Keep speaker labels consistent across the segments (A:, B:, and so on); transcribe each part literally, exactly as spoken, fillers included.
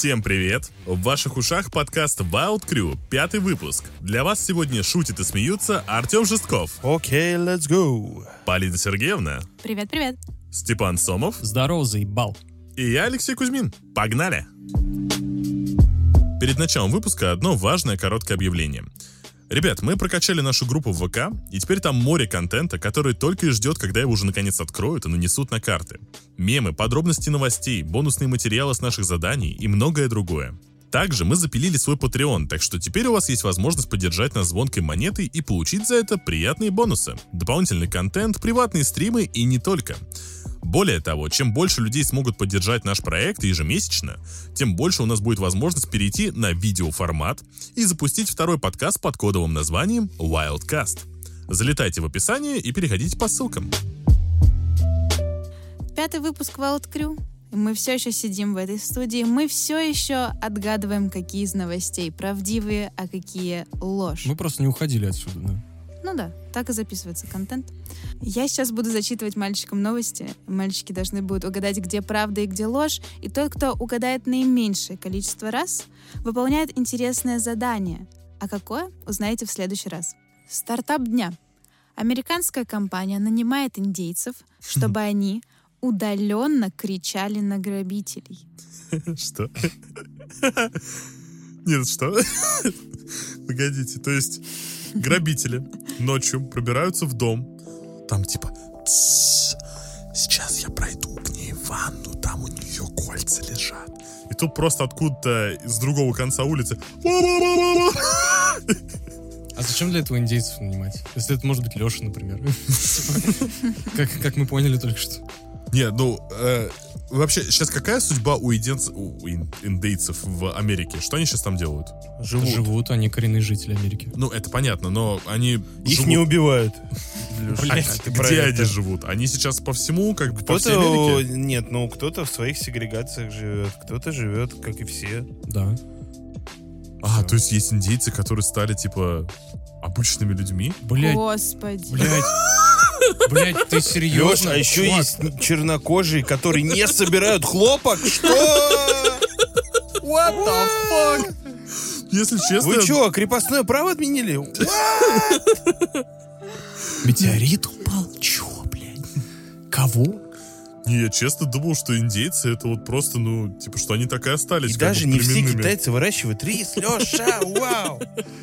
A: Всем привет! В ваших ушах подкаст Wild Crew, пятый выпуск. Для вас сегодня шутит и смеются Артем Жестков.
B: Окей, okay, let's go.
A: Полина Сергеевна.
C: Привет-привет.
A: Степан Сомов.
D: Здорово, заебал.
A: И я, Алексей Кузьмин. Погнали! Перед началом выпуска одно важное короткое объявление. Ребят, мы прокачали нашу группу в ВК, и теперь там море контента, который только и ждет, когда его уже наконец откроют и нанесут на карты. Мемы, подробности новостей, бонусные материалы с наших заданий и многое другое. Также мы запилили свой Patreon, так что теперь у вас есть возможность поддержать нас звонкой монетой и получить за это приятные бонусы. Дополнительный контент, приватные стримы и не только. Более того, чем больше людей смогут поддержать наш проект ежемесячно, тем больше у нас будет возможность перейти на видеоформат и запустить второй подкаст под кодовым названием Wildcast. Залетайте в описание и переходите по ссылкам.
C: Пятый выпуск Wild Crew. Мы все еще сидим в этой студии, мы все еще отгадываем, какие из новостей правдивые, а какие ложь.
D: Мы просто не уходили отсюда, да?
C: Ну да, так и записывается контент. Я сейчас буду зачитывать мальчикам новости. Мальчики должны будут угадать, где правда и где ложь. И тот, кто угадает наименьшее количество раз, выполняет интересное задание. А какое, узнаете в следующий раз. Стартап дня. Американская компания нанимает индейцев, чтобы они удаленно кричали на грабителей.
A: Что? Нет, что? Погодите, то есть грабители ночью пробираются в дом, там типа сейчас я пройду к ней в ванну, там у нее кольца лежат. И тут просто откуда-то с другого конца улицы
D: А зачем для этого индейцев нанимать? Если это может быть Леша, например. Как мы поняли только что.
A: Нет, ну, э, вообще, сейчас какая судьба у, иденц... у индейцев в Америке? Что они сейчас там делают?
D: Живут. Живут, они коренные жители Америки.
A: Ну, это понятно, но они
B: Их
A: живут...
B: не убивают.
A: Блять, где они живут? Они сейчас по всему, как бы, по всей
B: Кто-то,
A: Америке?
B: нет, ну, кто-то в своих сегрегациях живет, кто-то живет, как и все.
D: Да.
A: А,
D: Все.
A: то есть есть индейцы, которые стали, типа, обычными людьми?
D: Блять,
C: Господи.
D: блять. Блять, ты серьезно?
B: Леш, а еще
D: Чувак.
B: есть чернокожие, которые не собирают хлопок? Что?
D: What the fuck?
A: Если честно...
B: Вы что, крепостное право отменили?
D: Метеорит упал? Чё, блядь? Кого?
A: Не, я честно думал, что индейцы это вот просто, ну, типа, что они так и остались.
B: И
A: как
B: даже
A: бы
B: не все
A: племенными.
B: китайцы выращивают рис. Леша, вау!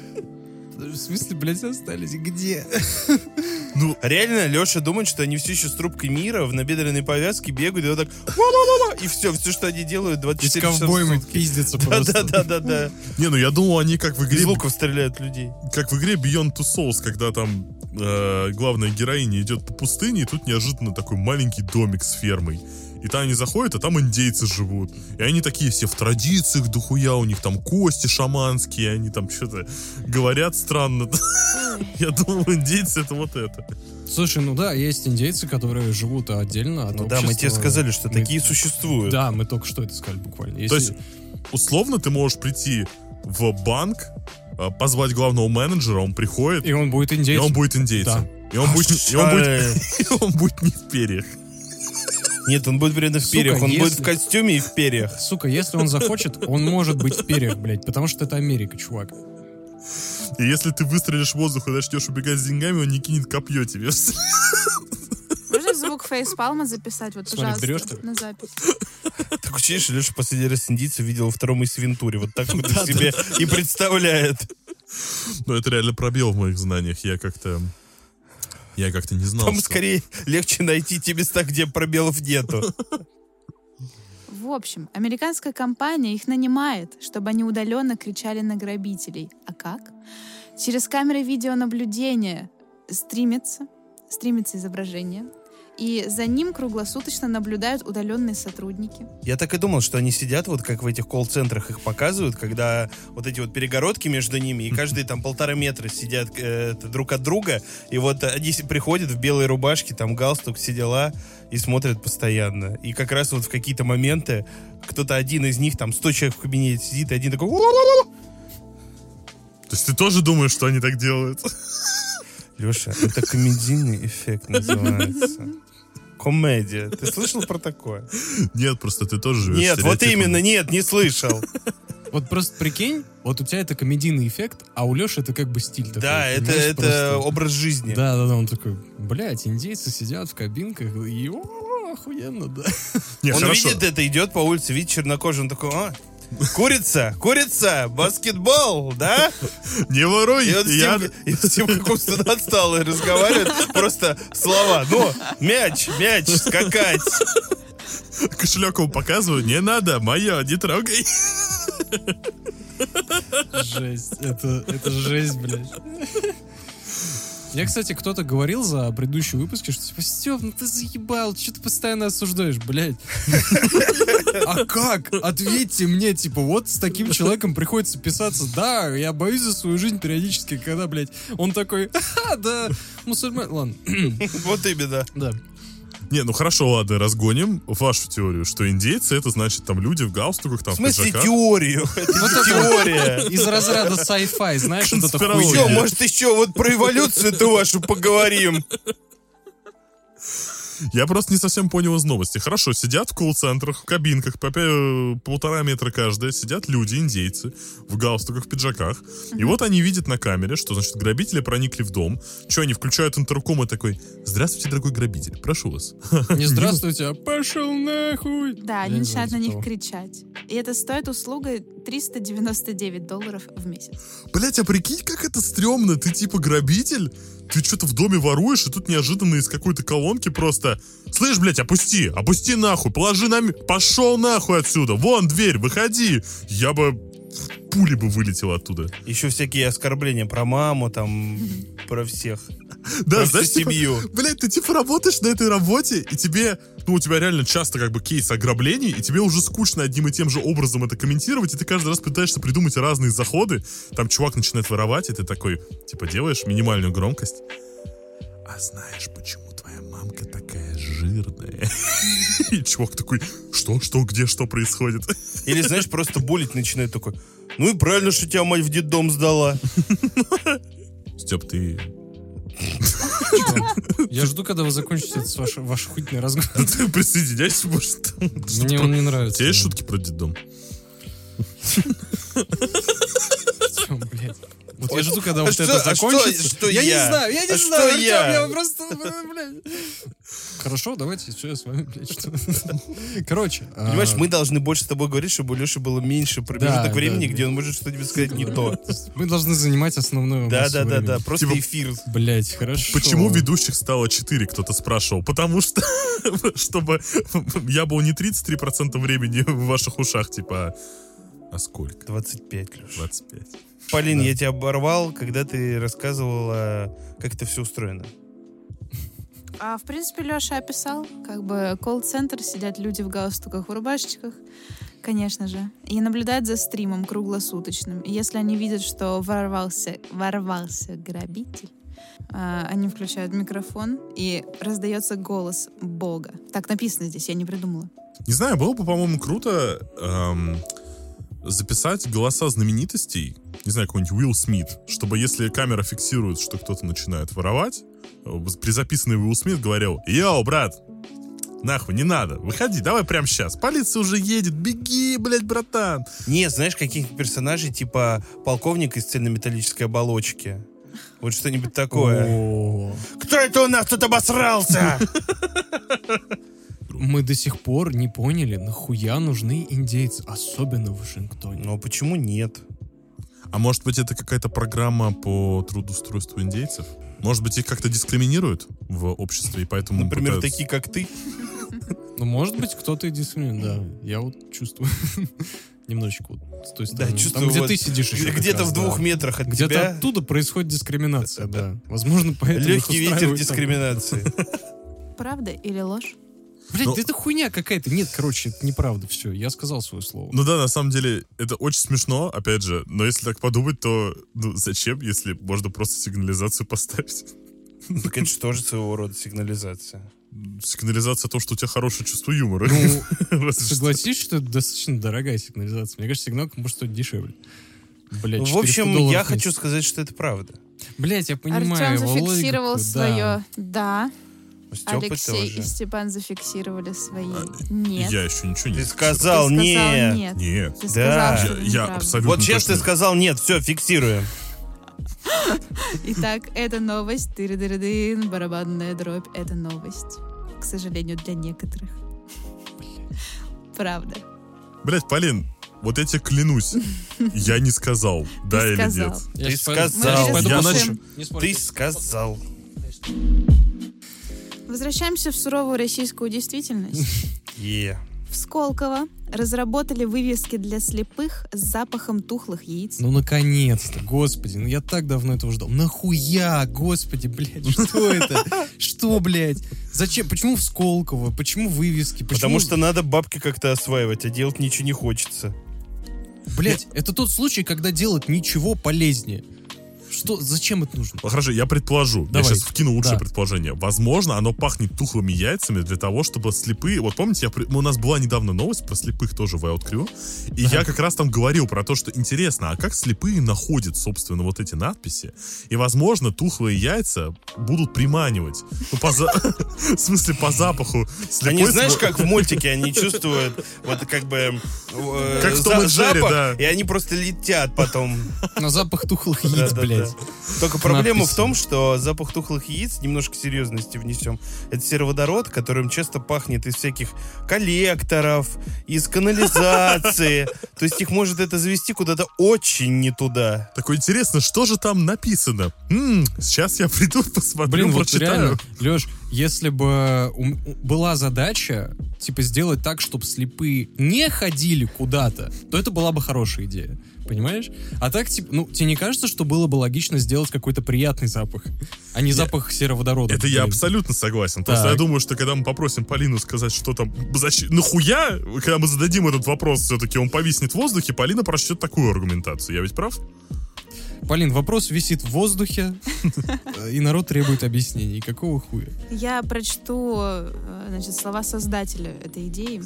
D: В смысле, блядь, остались? Где?
A: Ну,
B: Реально, Леша думает, что они все еще с трубкой мира в набедренной повязке бегают, и вот так ла-ла-ла-ла, и все, все, что они делают двадцать
D: И с
B: четыре часа в
D: ковбоями
B: сутки.
D: пиздятся просто.
B: Да-да-да-да.
A: не, ну я думал, они как в игре...
B: Из луков стреляют людей.
A: Как в игре Beyond Two Souls, когда там э, главная героиня идет по пустыне, и тут неожиданно такой маленький домик с фермой. И там они заходят, а там индейцы живут. И они такие все в традициях дохуя, у них там кости шаманские, они там что-то говорят странно. Я думал, индейцы это вот это.
D: Слушай, ну да, есть индейцы, которые живут отдельно от
B: Ну да, мы тебе
D: общества.
B: сказали, что
D: Мы-
B: такие существуют.
D: Да, мы только что это сказали буквально.
A: То
D: Если-
A: есть, условно, ты можешь прийти в банк, э, позвать главного менеджера, он приходит,
D: И он будет
A: и
D: индейцем.
A: он будет индейцем.
D: Да.
A: И он будет, не- и он будет,
B: Ай.
A: и он будет не в перьях.
B: Нет, он будет примерно в
D: Сука,
B: перьях. Он
D: если-
B: будет в костюме и в перьях.
D: Сука, если он захочет, он может быть в перьях, блядь, потому что это Америка, чувак.
A: И если ты выстрелишь в воздух и начнешь убегать с деньгами, он не кинет копье тебе.
C: Можно звук фейспалма записать? Вот,
D: Смотри,
C: пожалуйста,
D: берешь ты?
C: на запись.
B: Так ощущение, что Леша последний раз индийца видел в втором из Вентуре. Вот так вот их себе и представляет.
A: Но это реально пробел в моих знаниях. Я как-то... Я как-то не знал,
B: Там
A: что...
B: скорее легче найти те места, где пробелов нету.
C: В общем, американская компания их нанимает, чтобы они удаленно кричали на грабителей. А как? Через камеры видеонаблюдения стримится, стримится изображение, и за ним круглосуточно наблюдают удаленные сотрудники.
B: Я так и думал, что они сидят, вот как в этих колл-центрах их показывают, когда вот эти вот перегородки между ними, и каждые там полтора метра сидят э, друг от друга, и вот они си- приходят в белой рубашке, там галстук, все дела, и смотрят постоянно. И как раз вот в какие-то моменты кто-то один из них, там сто человек в кабинете сидит, и один такой...
A: То есть ты тоже думаешь, что они так делают?
B: Леша, это комедийный эффект называется. Комедия. Ты слышал про такое?
A: Нет, просто ты тоже живешь
B: Нет, вот
A: стереотипом.
B: именно, нет, не слышал.
D: Вот просто прикинь, вот у тебя это комедийный эффект, а у Леши это как бы стиль такой.
B: Да, это,
D: понимаешь,
B: это
D: просто.
B: образ жизни.
D: Да, да, да, он такой, блядь, индейцы сидят в кабинках, и о, охуенно, да.
A: Не,
B: Он
A: хорошо.
B: видит это, идет по улице, видит чернокожий, он такой, а, курица, курица, баскетбол, да?
A: Не воруй,
B: И он с
A: я...
B: тем, и с тем как умственно отсталый разговаривает, просто слова, ну, мяч, мяч, скакать.
A: Кошелек ему показываю, не надо, мое, не трогай.
D: Жесть, это, это жесть, блядь. Я, кстати, кто-то говорил за предыдущие выпуски, что типа, Стёп, ну ты заебал, что ты постоянно осуждаешь, блядь. А как? Ответьте мне, типа, вот с таким человеком приходится писаться. Да, я боюсь за свою жизнь периодически, когда, блядь, он такой, ха, да, мусульман. Ладно.
B: Вот именно.
D: Да.
A: Не, ну хорошо, ладно, разгоним вашу теорию, что индейцы это значит там люди в галстуках, там
B: В
A: в
B: смысле
A: пиджаках.
B: теорию? Это
D: Вот
B: же
D: это
B: теория.
D: Из разряда sci-fi, знаешь, вот это
A: Конспирология.
B: Что,
D: хуйня.
B: может, еще вот про эволюцию-то вашу поговорим?
A: Я просто не совсем понял из новости. Хорошо, сидят в колл-центрах, в кабинках, по пя- полтора метра каждая, сидят люди, индейцы, в галстуках, в пиджаках. И вот они видят на камере, что, значит, грабители проникли в дом. Что, они включают интерком и такой, здравствуйте, дорогой грабитель, прошу вас.
D: Не здравствуйте, а пошел нахуй.
C: Да,
D: Я
C: они
D: не знаю,
C: начинают на
D: типа
C: них
D: того.
C: кричать. И это стоит услуга триста девяносто девять долларов в месяц.
A: Блять, а прикинь, как это стрёмно. Ты типа грабитель, ты что-то в доме воруешь, и тут неожиданно из какой-то колонки просто... Слышь, блядь, опусти, опусти нахуй, положи на... м- Пошел нахуй отсюда, вон дверь, выходи. Я бы... Пули бы вылетела оттуда.
B: Еще всякие оскорбления про маму, там, про всех.
A: Да,
B: Про всю
A: знаешь, типа,
B: семью.
A: блядь, ты типа работаешь на этой работе, и тебе, ну, у тебя реально часто как бы кейс ограблений, и тебе уже скучно одним и тем же образом это комментировать, и ты каждый раз пытаешься придумать разные заходы. Там чувак начинает воровать, и ты такой, типа, делаешь минимальную громкость. А знаешь, почему твоя мамка такая жирная? И чувак такой, что, что, где, что происходит?
B: Или, знаешь, просто булить начинает такой, ну и правильно, что тебя мать в детдом сдала.
A: Степ, ты...
D: Я жду, когда вы закончите этот ваш, ваш охуительный разговор.
A: Ты присоединяйся, может.
D: Мне он не нравится.
A: У тебя есть шутки про детдом?
D: Чё, блядь? Вот я жду, когда
B: А
D: вот
B: что-
D: это
B: а что-
D: закончится.
B: что
D: я,
B: я?
D: не знаю, я не
B: А
D: знаю,
B: что
D: Артём,
B: я?
D: я просто, блядь. Хорошо, давайте, что я с вами, блядь, что... Короче.
B: Понимаешь,
D: а,
B: мы должны больше с тобой говорить, чтобы у Леши было меньше промежуток
D: Да,
B: времени,
D: да,
B: где
D: да.
B: он может что-нибудь сказать не то.
D: Мы должны занимать основную массу
B: Да-да-да-да,
D: времени.
B: просто
A: Типа-
B: эфир.
D: Блять, хорошо.
A: Почему ведущих стало четыре, кто-то спрашивал? Потому что, чтобы я был не тридцать три процента времени в ваших ушах, типа, а сколько?
B: двадцать пять, Леша.
A: двадцать пять.
B: Полин,
D: Да.
B: я тебя оборвал, когда ты рассказывала, как это все устроено.
C: А в принципе, Леша описал, как бы колл-центр, сидят люди в галстуках, в рубашечках, конечно же, и наблюдают за стримом круглосуточным. И если они видят, что ворвался, ворвался грабитель, а, они включают микрофон, и раздается голос Бога. Так написано здесь, я не придумала.
A: Не знаю, было бы, по-моему, круто эм, записать голоса знаменитостей, не знаю, какой-нибудь Уилл Смит, чтобы если камера фиксирует, что кто-то начинает воровать, э, при записанный Уилл Смит говорил: «Йоу, брат, нахуй, не надо, выходи, давай прямо сейчас, полиция уже едет, беги, блядь, братан».
B: Не, знаешь, каких-нибудь персонажей, типа полковник из цельнометаллической оболочки. Вот что-нибудь такое.
D: О,
B: Кто это у нас тут обосрался?
D: мы до сих пор не поняли, нахуя нужны индейцы, особенно в Вашингтоне.
B: Ну, а почему нет?
A: А может быть, это какая-то программа по трудоустройству индейцев? Может быть, их как-то дискриминируют в обществе, и поэтому
B: Например,
A: пытаются-
B: такие, как ты.
D: Ну, может быть, кто-то и дискриминирует, да. Я вот чувствую немножечко вот с той стороны.
B: чувствую,
D: Там, где
B: вот
D: ты сидишь еще как
B: Где-то
D: раз,
B: в
D: да.
B: двух метрах от
D: Где-то
B: тебя
D: оттуда происходит дискриминация, да. Возможно, поэтому их
B: легкий ветер
D: устраивает
B: дискриминации.
C: Правда или ложь?
D: там- Блядь,
A: Ну-
D: да это хуйня какая-то. Нет, короче, это неправда. Все, я сказал свое слово.
A: Ну да, на самом деле, это очень смешно, опять же, но если так подумать, то ну, зачем, если можно просто сигнализацию поставить?
B: Так это же тоже своего рода сигнализация.
A: Сигнализация то, что у тебя хорошее чувство юмора.
D: Ну,
A: Разве что.
D: согласись, что это достаточно дорогая сигнализация. Мне кажется, сигнал может стоить дешевле. Блядь,
B: Ну, в
D: четыреста
B: общем,
D: долларов
B: я
D: в
B: хочу
D: месяц.
B: сказать, что это правда.
D: Блядь, я понимаю.
C: Артем
D: его
C: зафиксировал
D: логику,
C: свое
D: да.
C: «да». Алексей и Степан зафиксировали свои. Нет.
A: Я еще ничего не
B: Ты
A: сказал.
B: сказал
C: Ты сказал
B: нет.
C: нет.
A: Нет.
C: Ты
B: Да.
C: сказал, что
A: Я,
C: это
A: я
C: неправда.
A: абсолютно
B: Вот сейчас
A: точно...
B: ты сказал нет, все, фиксируем.
C: Итак, это новость. Тыры-дыры-дын, барабанная дробь. Это новость. К сожалению, для некоторых. Правда.
A: Блять, Полин, вот я тебе клянусь, я не сказал, да или
C: сказал.
A: нет.
D: Я
B: Ты
D: щас пойду-
B: сказал.
D: я пойду
A: Я
D: послушаю.
A: начал-
D: Не спорьте.
B: Ты сказал.
C: Возвращаемся в суровую российскую действительность.
B: Е.
C: В Сколково разработали вывески для слепых с запахом тухлых яиц.
D: Ну, наконец-то, господи, ну я так давно этого ждал. Нахуя, господи, блядь, что это? Что, блядь? Зачем? Почему в Сколково? Почему вывески? Почему...
B: Потому что надо бабки как-то осваивать, а делать ничего не хочется.
D: Блядь, это тот случай, когда делать ничего полезнее. Что, зачем это нужно?
A: Ну, хорошо, я предположу.
D: Давай.
A: Я сейчас вкину лучшее
D: Да.
A: предположение. Возможно, оно пахнет тухлыми яйцами для того, чтобы слепые... Вот помните, я... при- у нас была недавно новость про слепых тоже в Wildcrew, и я как раз там говорил про то, что интересно, а как слепые находят, собственно, вот эти надписи? И, возможно, тухлые яйца будут приманивать. Ну, по за- в смысле, по запаху. Слепой
B: Они, знаешь,
A: смо-
B: как в мультике, они чувствуют вот как бы э,
A: Как в Том и Джерри,
B: запах,
A: да.
B: и они просто летят потом.
D: На запах тухлых яиц,
B: Да-да-да.
D: блядь.
B: Только проблема
D: Надписи.
B: в том, что запах тухлых яиц, немножко серьезности внесем, это сероводород, которым часто пахнет из всяких коллекторов, из канализации. То есть их может это завести куда-то очень не туда.
A: Такое интересно, что же там написано? М, сейчас я приду, посмотрю,
D: Блин, вот
A: прочитаю.
D: реально, Леш, если бы у- у- была задача, типа, сделать так, чтобы слепые не ходили куда-то, то это была бы хорошая идея. Понимаешь? А так, типа, ну, тебе не кажется, что было бы логично сделать какой-то приятный запах, а не запах сероводорода?
A: Это я
D: блин?
A: абсолютно согласен. Просто
D: Так.
A: я думаю, что когда мы попросим Полину сказать, что там... Зачем, нахуя? Когда мы зададим этот вопрос, все-таки он повиснет в воздухе, Полина прочтет такую аргументацию. Я ведь прав?
D: Полин, вопрос висит в воздухе, и народ требует объяснений. Какого хуя?
C: Я прочту э, значит, слова создателя этой идеи.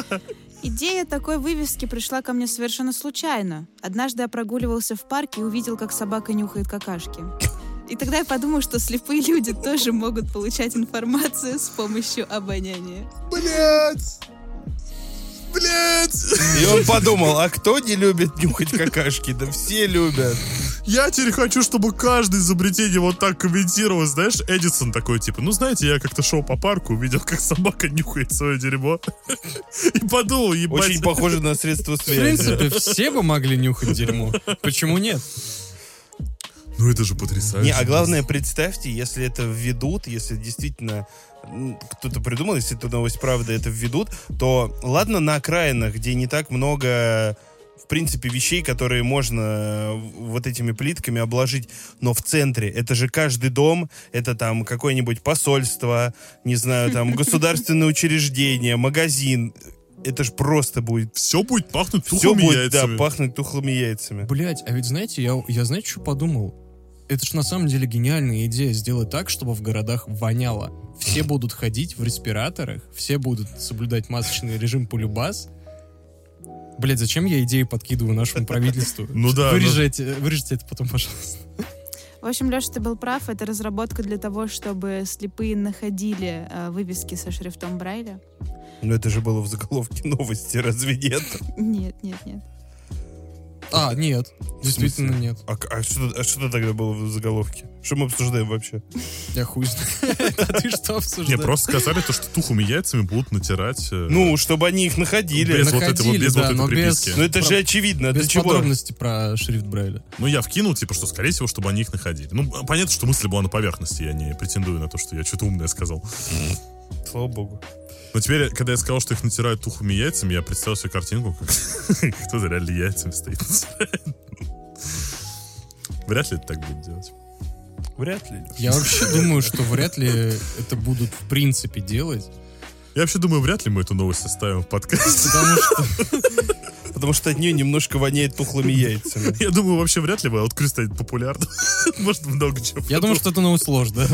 C: Идея такой вывески пришла ко мне совершенно случайно. Однажды я прогуливался в парке и увидел, как собака нюхает какашки. И тогда я подумал, что слепые люди тоже могут получать информацию с помощью обоняния.
A: Блять! Блять!
B: И он подумал, а кто не любит нюхать какашки? Да все любят.
A: Я теперь хочу, чтобы каждое изобретение вот так комментировалось. Знаешь, Эдисон такой, типа, ну, знаете, я как-то шел по парку, увидел, как собака нюхает свое дерьмо. И подумал, ебать.
B: Очень похоже на средство
D: В
B: связи.
D: принципе, все бы могли нюхать дерьмо. Почему нет?
A: Ну, это же потрясающе.
B: Не, а главное, представьте, если это введут, если действительно м, кто-то придумал, если эту новость правда это введут, то ладно на окраинах, где не так много, в принципе, вещей, которые можно вот этими плитками обложить, но в центре, это же каждый дом, это там какое-нибудь посольство, не знаю, там государственное учреждение, магазин. Это же просто будет...
A: Все будет пахнуть
B: Все
A: тухлыми
B: будет, да,
A: яйцами.
B: пахнуть тухлыми яйцами.
D: Блять, а ведь знаете, я, я знаете, что подумал? Это ж на самом деле гениальная идея сделать так, чтобы в городах воняло. Все будут ходить в респираторах, все будут соблюдать масочный режим полюбас. Блять, зачем я идеи подкидываю нашему правительству?
A: Ну да,
D: Вырежете, вырежете это потом, пожалуйста.
C: В общем, Леша, ты был прав. Это разработка для того, чтобы слепые находили э, вывески со шрифтом Брайля.
B: Но это же было в заголовке новости, разве нет?
C: Нет, нет, нет.
D: А, нет, действительно нет.
B: А, к- а что, а что тогда было в заголовке? Что мы обсуждаем вообще?
D: Я хуй знаю. А ты что
A: Не,
D: обсуждаешь?
A: просто сказали то, что тухлыми яйцами будут натирать... э,
B: Ну, чтобы они их находили.
A: Без вот этого-
D: Находили,
A: без вот
D: да,
A: этой
D: но без-
A: приписки.
B: Ну это же
D: Про-
B: очевидно. Для
D: Без
B: чего?
D: подробностей про шрифт Брайля.
A: Ну, я вкинул, типа, что, скорее всего, чтобы они их находили. Ну, понятно, что мысль была на поверхности, я не претендую на то, что я что-то умное сказал.
B: Слава богу.
A: Но теперь, когда я сказал, что их натирают тухлыми яйцами, я представил себе картинку, как кто-то реально яйцами стоит. Вряд ли это так будет делать.
B: Вряд ли.
D: Я вообще думаю, что вряд ли это будут в принципе делать.
A: Я вообще думаю, вряд ли мы эту новость оставим в подкасте.
D: Потому что
B: Потому что от нее немножко воняет тухлыми яйцами.
A: Я думаю, вообще вряд ли Wildcrew станет популярным. Может, много чего.
D: я думаю, что это новость ложь, да?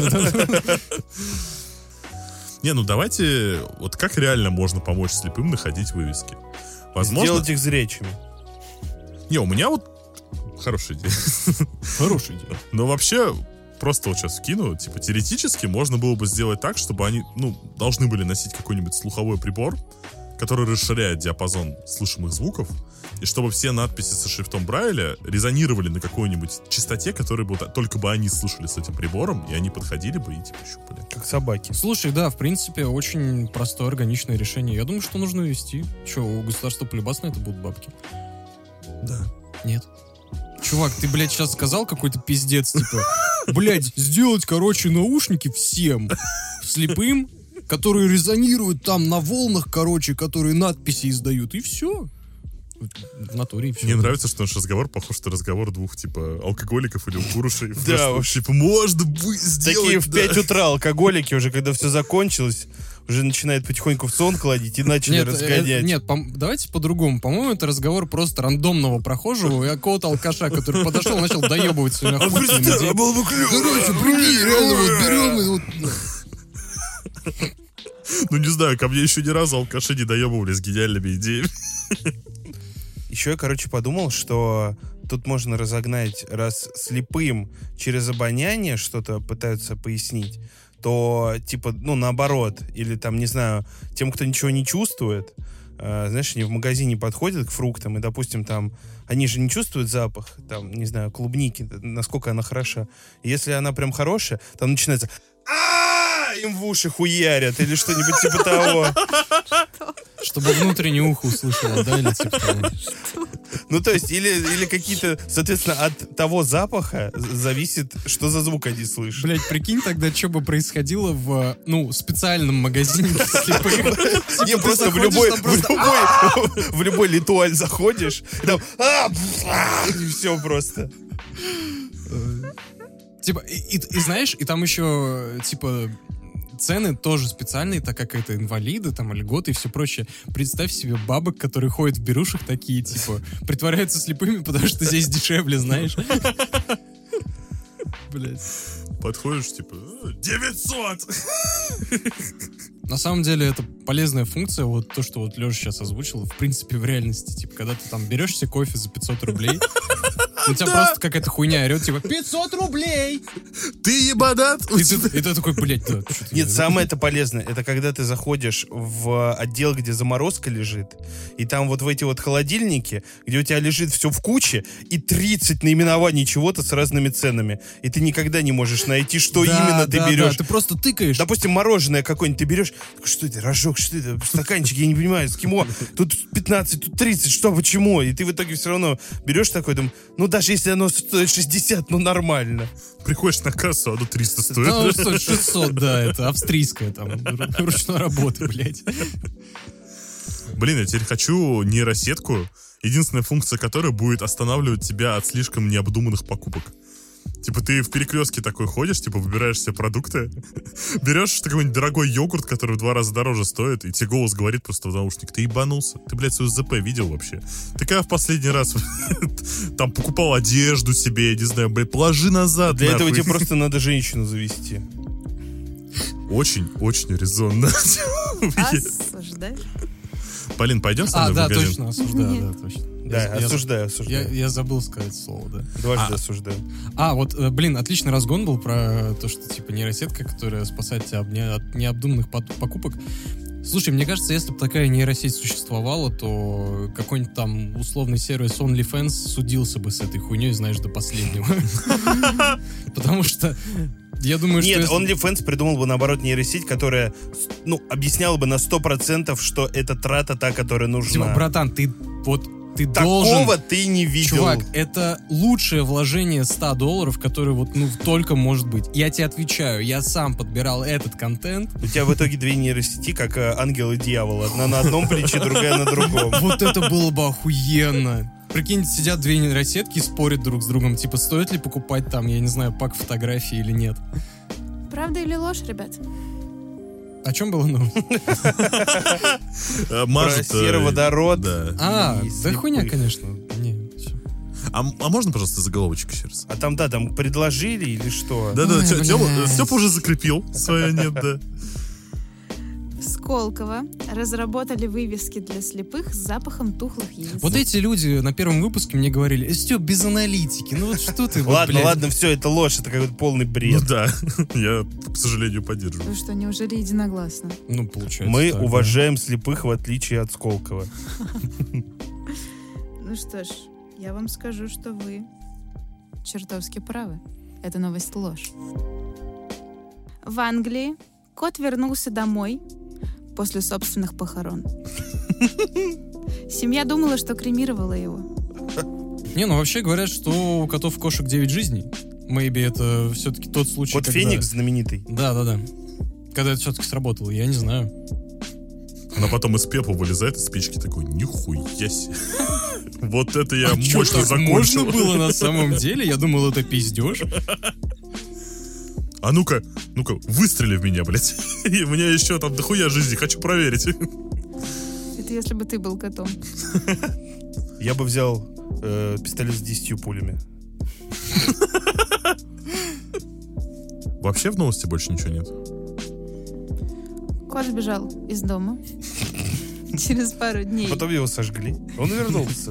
A: Не, ну давайте... Вот как реально можно помочь слепым находить вывески? Возможно...
B: Сделать их зрячими.
A: Не, у меня вот хорошая идея.
D: Хорошая идея.
A: Но вообще, просто вот сейчас вкину, типа, теоретически можно было бы сделать так, чтобы они, ну, должны были носить какой-нибудь слуховой прибор, который расширяет диапазон слышимых звуков, и чтобы все надписи со шрифтом Брайля резонировали на какой-нибудь частоте, которую бы только бы они слышали с этим прибором, и они подходили бы и типа щупали.
B: Как собаки.
D: Слушай, да, в принципе, очень простое, органичное решение. Я думаю, что нужно ввести. Че, у государства полюбас на это будут бабки?
A: Да.
D: Нет. Чувак, ты, блядь, сейчас сказал какой-то пиздец, типа, блядь, сделать, короче, наушники всем слепым, которые резонируют там на волнах, короче, которые надписи издают, и все. В натуре и все.
A: Мне нравится, что наш разговор похож на разговор двух, типа, алкоголиков или курушей.
B: Да уж.
A: Типа, можно быть сделать.
B: Такие в пять утра алкоголики уже, когда все закончилось, уже начинают потихоньку в сон кладить и начали
D: Нет,
B: разгонять.
D: э, нет, пом- давайте по-другому. По-моему, это разговор просто рандомного прохожего и какого-то алкаша, который подошел и начал доебывать своими охуительными идеями.
B: было бы клево.
D: Короче, прикинь, реально вот берем и вот...
A: Ну, не знаю, ко мне еще ни разу алкаши не доебывались гениальными идеями.
B: Еще я, короче, подумал, что тут можно разогнать, раз слепым через обоняние что-то пытаются пояснить, то, типа, ну, наоборот, или там, не знаю, тем, кто ничего не чувствует, э, знаешь, они в магазине подходят к фруктам, и, допустим, там, они же не чувствуют запах, там, не знаю, клубники, насколько она хороша. И если она прям хорошая, там начинается... А им в уши хуярят, или что-нибудь типа того.
D: Чтобы внутреннее ухо услышало, да, или типа того.
B: Ну, то есть, или, или какие-то, соответственно, от того запаха зависит, что за звук они слышат.
D: Блять, прикинь тогда, что бы происходило в, ну, специальном магазине для слепых.
B: Не, просто в любой, в любой, в любой литуаль заходишь, и там, а, и все просто.
D: Типа, и, и- и знаешь, и там еще, типа, цены тоже специальные, так как это инвалиды, там, льготы и все прочее. Представь себе бабок, которые ходят в берушах такие, типа, притворяются слепыми, потому что здесь дешевле, знаешь. Блять.
A: Подходишь, типа, девятьсот!
D: На самом деле это полезная функция, вот то, что вот Леша сейчас озвучил, в принципе, в реальности, типа, когда ты там берешь себе кофе за пятьсот рублей, у тебя просто какая-то хуйня орет, типа, пятьсот рублей!
A: Ты ебанат!
D: И ты, и ты такой, блядь, да, что ты
B: Нет,
D: мне-
B: самое это полезное, это когда ты заходишь в отдел, где заморозка лежит, и там вот в эти вот холодильники, где у тебя лежит все в куче, и тридцать наименований чего-то с разными ценами, и ты никогда не можешь найти, что
D: Да,
B: именно ты
D: да,
B: берешь.
D: да, ты просто тыкаешь.
B: Допустим, мороженое какое-нибудь ты берешь, такой, что это, рожок, что это, стаканчик, я не понимаю, эскимо, тут пятнадцать, тут тридцать, что, почему? И ты в итоге все равно берешь такой, думаешь, ну даже если оно стоит шестьдесят, ну нормально.
A: Приходишь на кассу, оно триста
D: Да,
A: стоит.
D: ну, стоит шестьсот, да, это австрийская там, ру- ручной работы, блядь.
A: Блин, я теперь хочу нейросетку, единственная функция которой будет останавливать тебя от слишком необдуманных покупок. Типа ты в перекрестке такой ходишь, типа выбираешь себе продукты, берешь какой-нибудь дорогой йогурт, который в два раза дороже стоит, и тебе голос говорит просто в наушник: ты ебанулся? Ты, блядь, свою ЗП видел вообще? Ты когда в последний раз там покупал одежду себе, не знаю, блядь, положи назад.
B: Для этого
A: нахуй.
B: тебе просто надо женщину завести.
A: Очень-очень резонно.
C: Осуждаю.
A: Полин, пойдем со
D: А,
A: мной в
D: да,
A: магазин?
D: точно, осуждаю, да, точно.
B: Да,
D: Я- я-
B: осуждаю,
D: Я,
B: осуждаю.
D: я забыл сказать слово, да.
B: Дважды
A: А.
B: осуждаю.
D: А, вот, э, блин, отличный разгон был про то, что, типа, нейросетка, которая спасает тебя от не- от необдуманных под- покупок. Слушай, мне кажется, если бы такая нейросеть существовала, то какой-нибудь там условный сервис OnlyFans судился бы с этой хуйней, знаешь, до последнего. Потому что я думаю, что...
B: Нет,
D: если-
B: OnlyFans придумал бы, наоборот, нейросеть, которая, ну, объясняла бы на сто процентов, что это трата та, которая
D: Типа,
B: нужна.
D: братан, ты вот... Ты
B: Такого
D: должен...
B: ты не видел.
D: Чувак, это лучшее вложение ста долларов, которое вот, ну, только может быть. Я тебе отвечаю, я сам подбирал этот контент.
B: У тебя в итоге две нейросети, как э, ангел и дьявол. Одна на одном плече, другая на другом.
D: Вот это было бы охуенно. Прикинь, сидят две нейросетки и спорят друг с другом. Типа, стоит ли покупать там, я не знаю, пак фотографий или нет.
C: Правда или ложь, ребят?
D: О чем было новость?
A: Э, Мажут,
B: Про сероводород.
A: Да.
D: А,
B: И
D: да
B: слепых.
D: хуйня, конечно. Не, всё.
A: А, а можно, пожалуйста, заголовочек еще раз?
B: А там, да, там предложили или что?
A: Да-да,
D: Ой,
A: Тё- Тёма-
D: блядь.
A: Степа уже закрепил свое «нет», да.
C: Сколково разработали вывески для слепых с запахом тухлых яиц.
D: Вот эти люди на первом выпуске мне говорили: Степ, без аналитики, ну вот что ты, вот,
B: Ладно,
D: блядь.
B: ладно, все, это ложь, это какой-то полный бред.
A: Ну да, я, к сожалению, поддерживаю.
C: Вы что, неужели единогласно?
D: Ну, получается.
B: Мы
D: так,
B: уважаем слепых, в отличие от Сколково.
C: Ну что ж, я вам скажу, что вы чертовски правы. Это новость ложь. В Англии кот вернулся домой после собственных похорон. Семья думала, что кремировала его.
D: да. Не, ну вообще говорят, что у котов и кошек девять жизней. Maybe это все-таки тот случай,
B: Кот
D: когда...
B: Феникс знаменитый.
D: Да-да-да. Когда это все-таки сработало, я не знаю.
A: Она потом из пепла вылезает из печки такой: нихуя себе. Вот это я
D: А чё,
A: мощно
D: так
A: закончил.
D: можно было на самом деле? Я думал, это пиздеж.
A: А ну-ка, ну-ка, выстрели в меня, блядь. И у меня еще там дохуя жизни, хочу проверить.
C: Это если бы ты был котом.
B: Я бы взял э, пистолет с десятью пулями.
A: Вообще в новости больше ничего нет.
C: Кот сбежал из дома. Через пару дней.
B: Потом его сожгли. Он вернулся.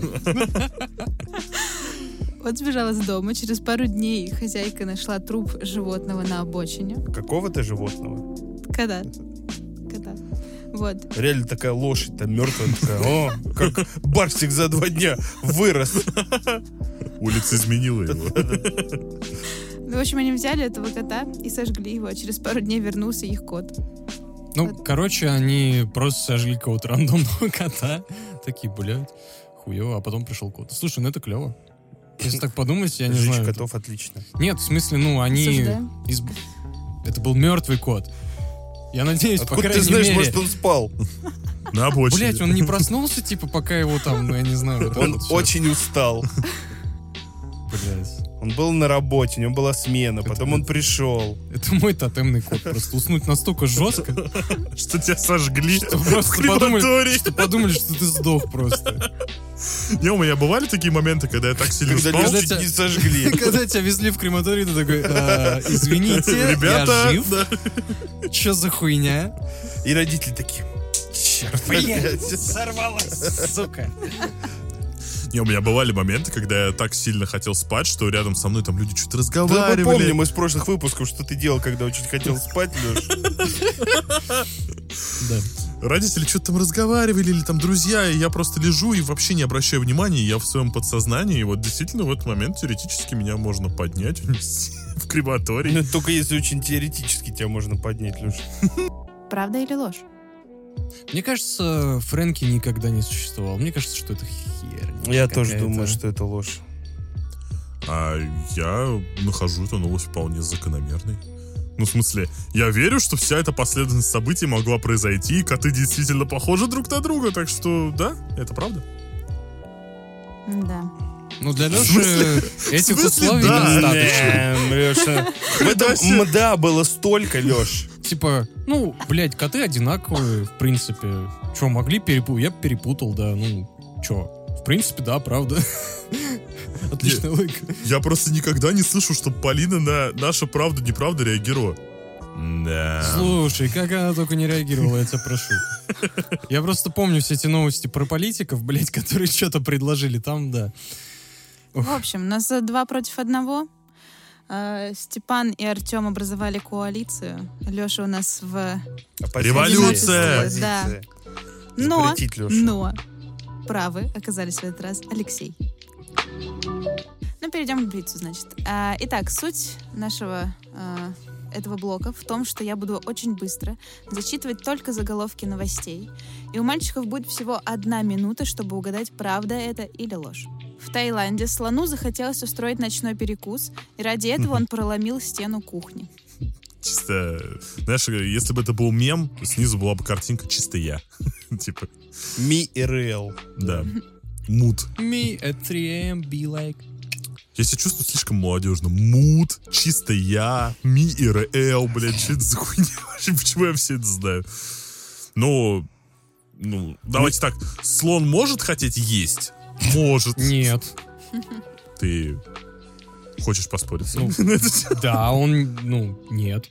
C: Кот сбежал из дома. Через пару дней хозяйка нашла труп животного на обочине.
B: Какого-то животного.
C: Кота. Кота. Вот.
B: Реально такая лошадь там мертвая. Такая, о, как Барсик за два дня вырос.
A: Улица изменила его.
C: Ну, в общем, они взяли этого кота и сожгли его. А через пару дней вернулся их кот.
D: Ну,
C: Вот.
D: короче, они просто сожгли какого-то рандомного кота. Такие, блядь, хуево. А потом пришел кот. Слушай, ну это клево. Если так подумать, я не
B: Сжечь
D: знаю.
B: котов отлично.
D: Нет, в смысле, ну, они...
C: Осуждаем.
D: из- Это был мертвый кот. Я надеюсь, по
B: Откуда ты
D: крайней
B: знаешь,
D: мере...
B: может, он спал?
A: На обочине.
D: Блять, он не проснулся, типа, пока его там, ну, я не знаю. вот
B: Он
D: это вот всё.
B: очень устал.
D: Блядь.
B: Он был на работе, у него была смена, потом он пришел.
D: Это мой тотемный кот. Просто уснуть настолько жестко,
A: Что тебя сожгли
D: что
A: в
D: просто подумали,
A: крематории.
D: что подумали, что ты сдох просто.
A: Не, у меня бывали такие моменты, когда я так сильно
B: Когда
A: спал.
B: тебя
D: Когда
B: чуть
D: тебя-
B: не сожгли.
D: Когда тебя везли в крематорий, ты такой: «А, извините,
A: Ребята,
D: я жив?
A: да.
D: Чё за хуйня?
B: И родители такие: черт,
D: Блядь,
B: опять.
D: сорвалась, сука.
A: Не, у меня бывали моменты, когда я так сильно хотел спать, что рядом со мной там люди что-то
B: Да,
A: разговаривали.
B: мы помним из прошлых выпусков, что ты делал, когда очень хотел спать, Леш.
D: Да.
A: Родители что-то там разговаривали, или там друзья, и я просто лежу и вообще не обращаю внимания, я в своем подсознании, и вот действительно в этот момент теоретически меня можно поднять, унести в крематорий.
B: Ну, только если очень теоретически тебя можно поднять, Леш.
C: Правда или ложь?
D: Мне кажется, Фрэнки никогда не существовал. Мне кажется, что это херня.
B: Я тоже
D: какая-то.
B: думаю, что это ложь.
A: А я нахожу эту новость вполне закономерной. Ну, в смысле, я верю, что вся эта последовательность событий могла произойти, и коты действительно похожи друг на друга, так что, да, это правда.
C: Да.
D: Ну, для
A: смысле?
D: Леши этих
A: смысле
D: условий
A: да?
D: недостаточно.
B: Эм, Леша. В этом мда было столько, Леш.
D: Типа, ну, блядь, коты одинаковые, в принципе. Че, могли перепутать? Я перепутал, да, ну, че. В принципе, да, правда. Отличная логика.
A: Я просто никогда не слышу, что Полина на наша правда-неправда реагировала. Да.
D: Слушай, как она только не реагировала, я тебя прошу. Я просто помню все эти новости про политиков, блядь, которые что-то предложили там, да.
C: В общем, у нас э, два против одного. Э, Степан и Артем образовали коалицию. Леша у нас в...
A: Революция!
B: Оппозиция.
C: Да. Но,
B: Запретить Лешу.
C: но правы оказались в этот раз Алексей. Ну, перейдем к блицу, значит. А, Итак, суть нашего а, этого блока в том, что я буду очень быстро зачитывать только заголовки новостей. И у мальчиков будет всего одна минута, чтобы угадать, правда это или ложь. В Таиланде слону захотелось устроить ночной перекус, и ради этого он проломил стену кухни.
A: Чисто, знаешь, если бы это был мем, снизу была бы картинка «Чисто я». Типа,
B: Ми и Реал.
A: да. Мут.
D: Me at three a.m. be like...
A: Я себя чувствую слишком молодежно. Мут, чисто я, ми и РЛ, блядь, что это за хуйня вообще? Почему я все это знаю? Ну, ну, давайте так. Слон может хотеть есть? Может.
D: Нет.
A: Ты хочешь поспорить?
D: Ну, да, он, ну, нет.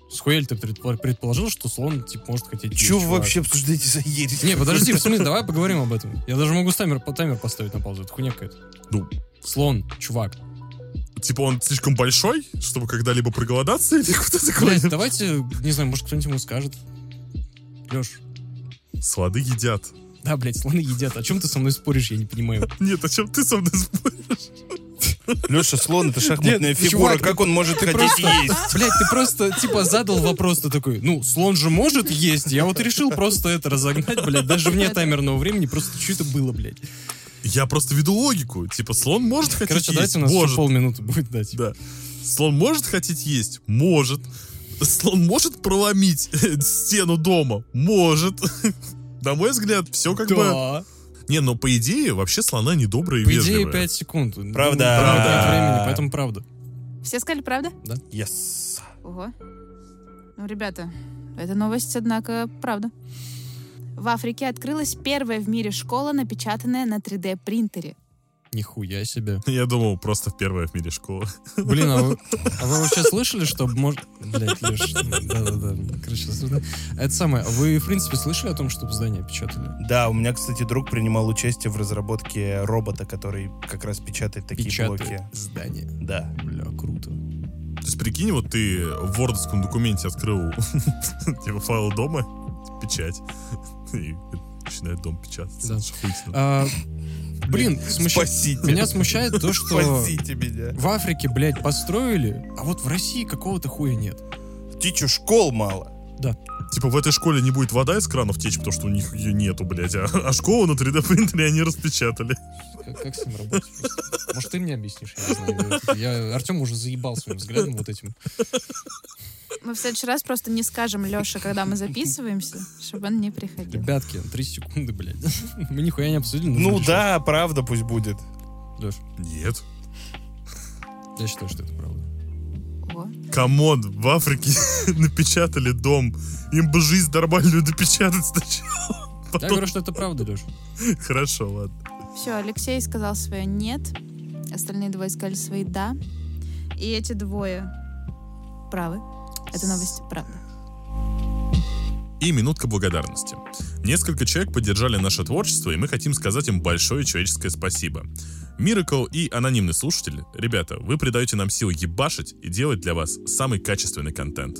D: Схуя ли ты предпо- предположил, что слон, типа, может хотеть есть,
B: Че вы
D: чувак?
B: вообще обсуждаете за ересь?
D: Не, подожди, в смысле, давай поговорим об этом. Я даже могу таймер, таймер поставить на паузу. Это хуйня какая-то.
A: Ну,
D: Слон, чувак.
A: типа он слишком большой, чтобы когда-либо проголодаться или куда-то такое?
D: Блядь, давайте, не знаю, может, кто-нибудь ему скажет. Леш.
A: Слоны едят.
D: Да, блядь, слоны едят. О чем ты со мной споришь, я не понимаю.
A: Нет, о чем ты со мной споришь?
B: Леша, слон — это шахматная
D: Нет,
B: фигура.
D: чувак,
B: Как он может
D: ты
B: хотеть
D: просто-
B: есть?
D: Блядь, ты просто, типа, задал вопрос, ты такой, ну, слон же может есть. Я вот решил просто это разогнать, блядь, даже вне таймерного времени. Просто что это было, блядь.
A: Я просто веду логику. Типа, слон может хотеть
D: Короче,
A: есть?
D: дайте у нас еще
A: Может.
D: полминуты будет дать.
A: Да. Слон может хотеть есть? Может. Слон может проломить стену дома? Может. На мой взгляд, все как бы...
D: Да.
A: Не, но по идее, вообще слона недобрая и
D: По
A: вежливая.
D: идее, пять секунд.
B: Правда.
D: Ну,
A: Правда.
D: нет времени, поэтому правда.
C: Все сказали правда?
B: Yes.
C: Ого. Ну, ребята, эта новость, однако, правда. В Африке открылась первая в мире школа, напечатанная на три дэ принтере.
D: Нихуя себе.
A: Я думал, просто первая в мире школа.
D: Блин, а вы, а вы вообще слышали, что может... Блядь, Леш, да-да-да. Короче, это, это самое. Вы, в принципе, слышали о том, чтобы здания печатали?
B: Да, у меня, кстати, друг принимал участие в разработке робота, который как раз печатает такие
D: Печатают
B: блоки.
D: здания.
B: Да.
D: Бля, круто.
A: То есть, прикинь, вот ты в вордовском документе открыл типа файл дома, печать, и начинает дом печататься.
D: Да.
A: Это ж охуительно.
D: А, блин, смущает...
B: Спасите.
D: Меня смущает то, что
B: Спасите меня.
D: в Африке, блядь, построили, а вот в России какого-то хуя нет.
B: Тичу, школ мало.
A: Типа в этой школе не будет вода из кранов течь, потому что у них ее нету, блядь, а, а школу на три дэ принтере они распечатали.
D: Как, как с ним работать? просто? Может, ты мне объяснишь? Я не знаю. Я Артем уже заебал своим взглядом вот этим.
C: Мы в следующий раз просто не скажем Леше, когда мы записываемся, чтобы он не приходил.
D: Ребятки, три секунды, блядь. Мы нихуя не обсудили. нужно
B: Ну
D: решать.
B: да, правда пусть будет.
D: Леш,
A: Нет.
D: я считаю, что это правда.
C: О.
A: Камон, в Африке напечатали дом. Им бы жизнь нормальную допечатать сначала.
D: Я
A: Потом...
D: говорю, что это правда, Леш.
A: Хорошо, ладно.
C: Все, Алексей сказал свое «нет», остальные двое сказали свои «да», и эти двое правы. Эта новость правда.
A: И минутка благодарности. Несколько человек поддержали наше творчество, и мы хотим сказать им большое человеческое спасибо. Miracle и анонимный слушатель, ребята, вы придаете нам силы ебашить и делать для вас самый качественный контент.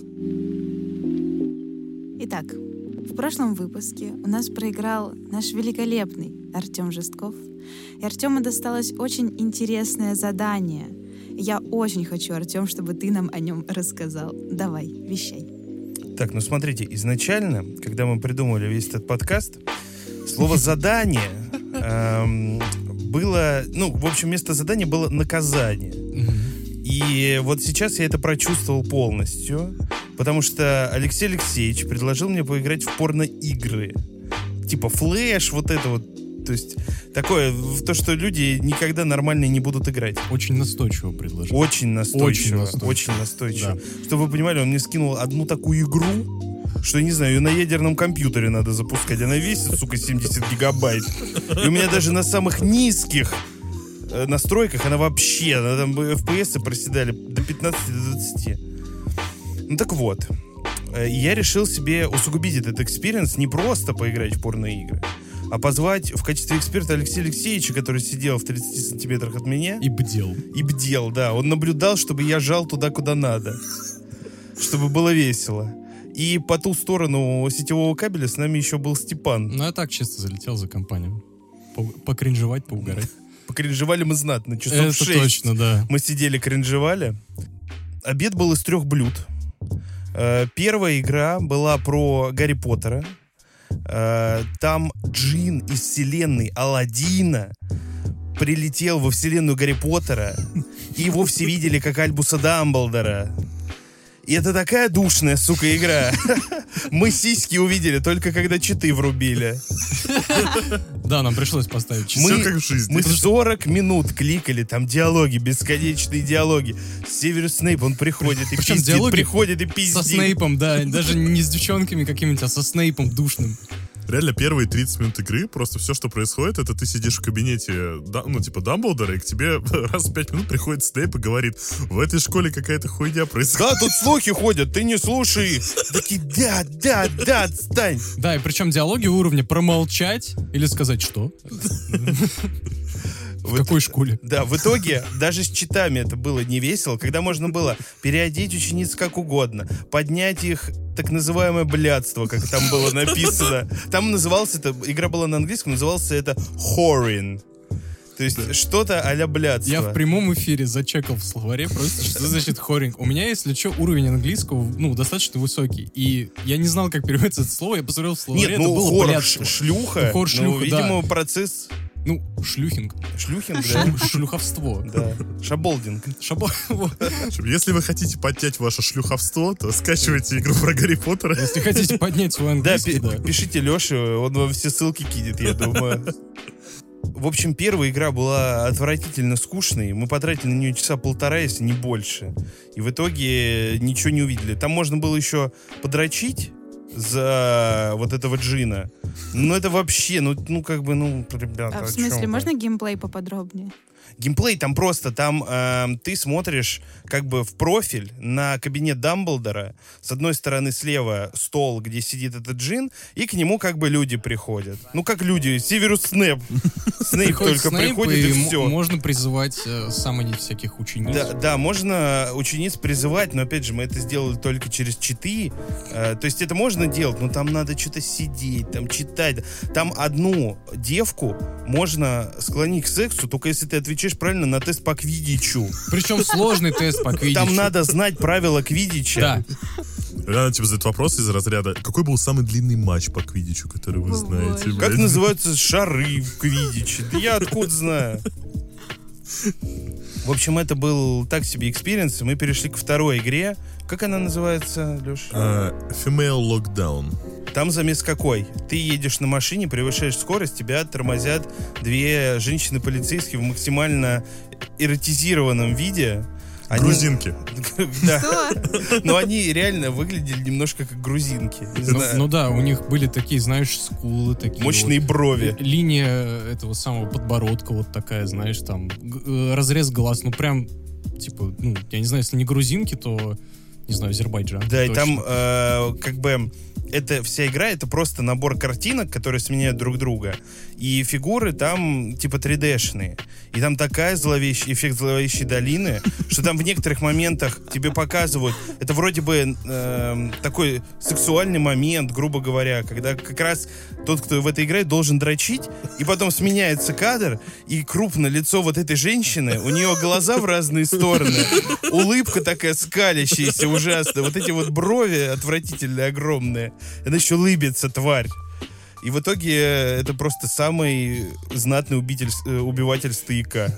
C: Итак, в прошлом выпуске у нас проиграл наш великолепный Артем Жестков. И Артему досталось очень интересное задание. Я очень хочу, Артем, чтобы ты нам о нем рассказал. Давай, вещай.
B: Так, ну смотрите, изначально, когда мы придумали весь этот подкаст, слово «задание» эм, было... Ну, в общем, вместо задания было «наказание». И вот сейчас я это прочувствовал полностью, потому что Алексей Алексеевич предложил мне поиграть в порно-игры. Типа флэш, вот это вот. То есть такое, в то, что люди никогда нормально не будут играть.
D: Очень настойчиво предложил.
B: Очень настойчиво.
D: Очень настойчиво.
B: Очень настойчиво. Чтобы вы понимали, он мне скинул одну такую игру, что, я не знаю, ее на ядерном компьютере надо запускать. Она весит, сука, семьдесят гигабайт. И у меня даже на самых низких э, настройках она вообще, она там эф пи эсы проседали до пятнадцати до двадцати. Ну так вот. Э, Я решил себе усугубить этот экспириенс, не просто поиграть в порно-игры, а позвать в качестве эксперта Алексея Алексеевича, который сидел в тридцати сантиметрах от меня.
D: И бдел.
B: И бдел, да. Он наблюдал, чтобы я жал туда, куда надо. Чтобы было весело. И по ту сторону сетевого кабеля с нами еще был Степан.
D: Ну, я так чисто залетел за компанию. По- Покринжевать, поугарать.
B: Покринжевали мы знатно. Часов
D: Это
B: шесть.
D: точно, да.
B: Мы сидели, кринжевали. Обед был из трех блюд. Э, Первая игра была про Гарри Поттера. Э, Там джин из вселенной Аладдина прилетел во вселенную Гарри Поттера, и его все видели как Альбуса Дамблдора. И это такая душная, сука, игра. Мы сиськи увидели только когда читы врубили.
D: Да, нам пришлось поставить часы.
A: Все
B: Мы-
A: как в жизни.
B: Мы сорок минут кликали, там диалоги, бесконечные диалоги. Северус Снейп, он приходит и
D: Причем
B: пиздит,
D: диалоги
B: приходит и
D: Со
B: пиздит.
D: Снейпом, да. Даже не с девчонками какими-то, а со Снейпом душным.
A: Реально, первые тридцать минут игры, просто все, что происходит, это ты сидишь в кабинете, да, ну, типа, Дамблдора, и к тебе раз в пять минут приходит Снейп и говорит: в этой школе какая-то хуйня происходит.
B: Да, тут слухи ходят, ты не слушай. Такие, да, да, да, отстань.
D: Да, и причем диалоги уровня промолчать или сказать что? В какой школе?
B: Да, в итоге даже с читами это было не весело, когда можно было переодеть учениц как угодно, поднять их так называемое блядство, как там было написано. Там назывался это, игра была на английском, назывался это whoring. То есть что-то а-ля блядство.
D: Я в прямом эфире зачекал в словаре просто, что значит хоринг. У меня, если что, уровень английского, ну, достаточно высокий. И я не знал, как переводится это слово, я посмотрел в словаре,
B: Нет,
D: это
B: ну,
D: было
B: хор,
D: блядство.
B: шлюха,
D: Ну, хор, шлюха,
B: ну, видимо,
D: да.
B: процесс...
D: Ну, шлюхинг.
B: Шлюхинг, да?
D: Шлю- Шлюховство.
B: Да, шаболдинг.
D: Шабо...
A: Если вы хотите поднять ваше шлюховство, то скачивайте игру про Гарри Поттера.
D: Если хотите поднять свой
B: Да,
D: английский,
B: пи-
D: да.
B: пишите Леше, он вам все ссылки кинет, я думаю. В общем, первая игра была отвратительно скучной. Мы потратили на нее часа полтора, если не больше. И в итоге ничего не увидели. Там можно было еще подрочить за вот этого джина. Но это вообще, ну, ну как бы, ну, ребята,
C: А в
B: о
C: смысле,
B: чем
C: можно
B: вы?
C: геймплей поподробнее?
B: Геймплей там просто, там э, ты смотришь как бы в профиль на кабинет Дамблдора. С одной стороны слева стол, где сидит этот джин, и к нему как бы люди приходят. Ну как люди, Северус Снэп. Снейп
D: Приходит
B: только
D: Снейп,
B: приходит и
D: м-
B: все.
D: можно призывать э, самонить всяких учениц.
B: Да, да, можно учениц призывать, но опять же, мы это сделали только через читы. Э, то есть это можно делать, но там надо что-то сидеть, там читать. Там одну девку можно склонить к сексу, только если ты отвечаешь правильно на тест по квиддичу.
D: Причем сложный тест по квиддичу.
B: Там надо знать правила квиддича.
D: Да.
A: Реально, типа, задают вопрос из разряда: какой был самый длинный матч по квиддичу, который вы
C: О,
A: знаете?
C: боже.
B: Как
A: блядь?
B: называются шары в квиддиче? Да я откуда знаю? В общем, это был так себе экспириенс. Мы перешли к второй игре. Как она называется, Леш?
A: А, Female Lockdown.
B: Там замес какой? Ты едешь на машине, превышаешь скорость, тебя тормозят две женщины-полицейские в максимально эротизированном виде. Они-
A: Грузинки.
B: Да.
C: Что?
B: Но они реально выглядели немножко как грузинки. Не
D: Ну,
B: знаю.
D: ну да, у них были такие, знаешь, скулы такие.
B: Мощные
D: вот.
B: брови.
D: Линия этого самого подбородка вот такая, знаешь, там г- э, разрез глаз, ну прям, типа, ну, я не знаю, если не грузинки, то, не знаю, Азербайджан.
B: Да, и
D: точно.
B: там э, как бы эта вся игра — это просто набор картинок, которые сменяют друг друга. И фигуры там типа три дэ-шные. И там такая зловещая, эффект зловещей долины, что там в некоторых моментах тебе показывают, это вроде бы э, такой сексуальный момент, грубо говоря, когда как раз тот, кто в это играет, должен дрочить, и потом сменяется кадр, и крупное лицо вот этой женщины, у нее глаза в разные стороны, улыбка такая скалящаяся, ужасная, вот эти вот брови отвратительные, огромные. Она еще улыбится, тварь. И в итоге это просто самый знатный убитель, э, убиватель стояка.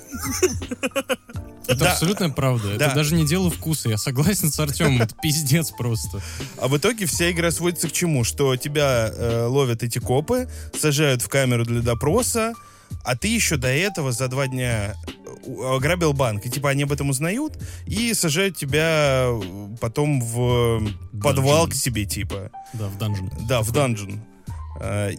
D: Это
B: Да.
D: абсолютная правда.
B: Да.
D: Это даже не дело вкуса. Я согласен с Артемом. Это пиздец просто.
B: А в итоге вся игра сводится к чему? Что тебя э, ловят эти копы, сажают в камеру для допроса, а ты еще до этого за два дня у- ограбил банк. И типа они об этом узнают и сажают тебя э, потом в подвал
A: Dungeon.
B: к себе, типа.
D: Да, в данжен.
B: Да, в данжен. А,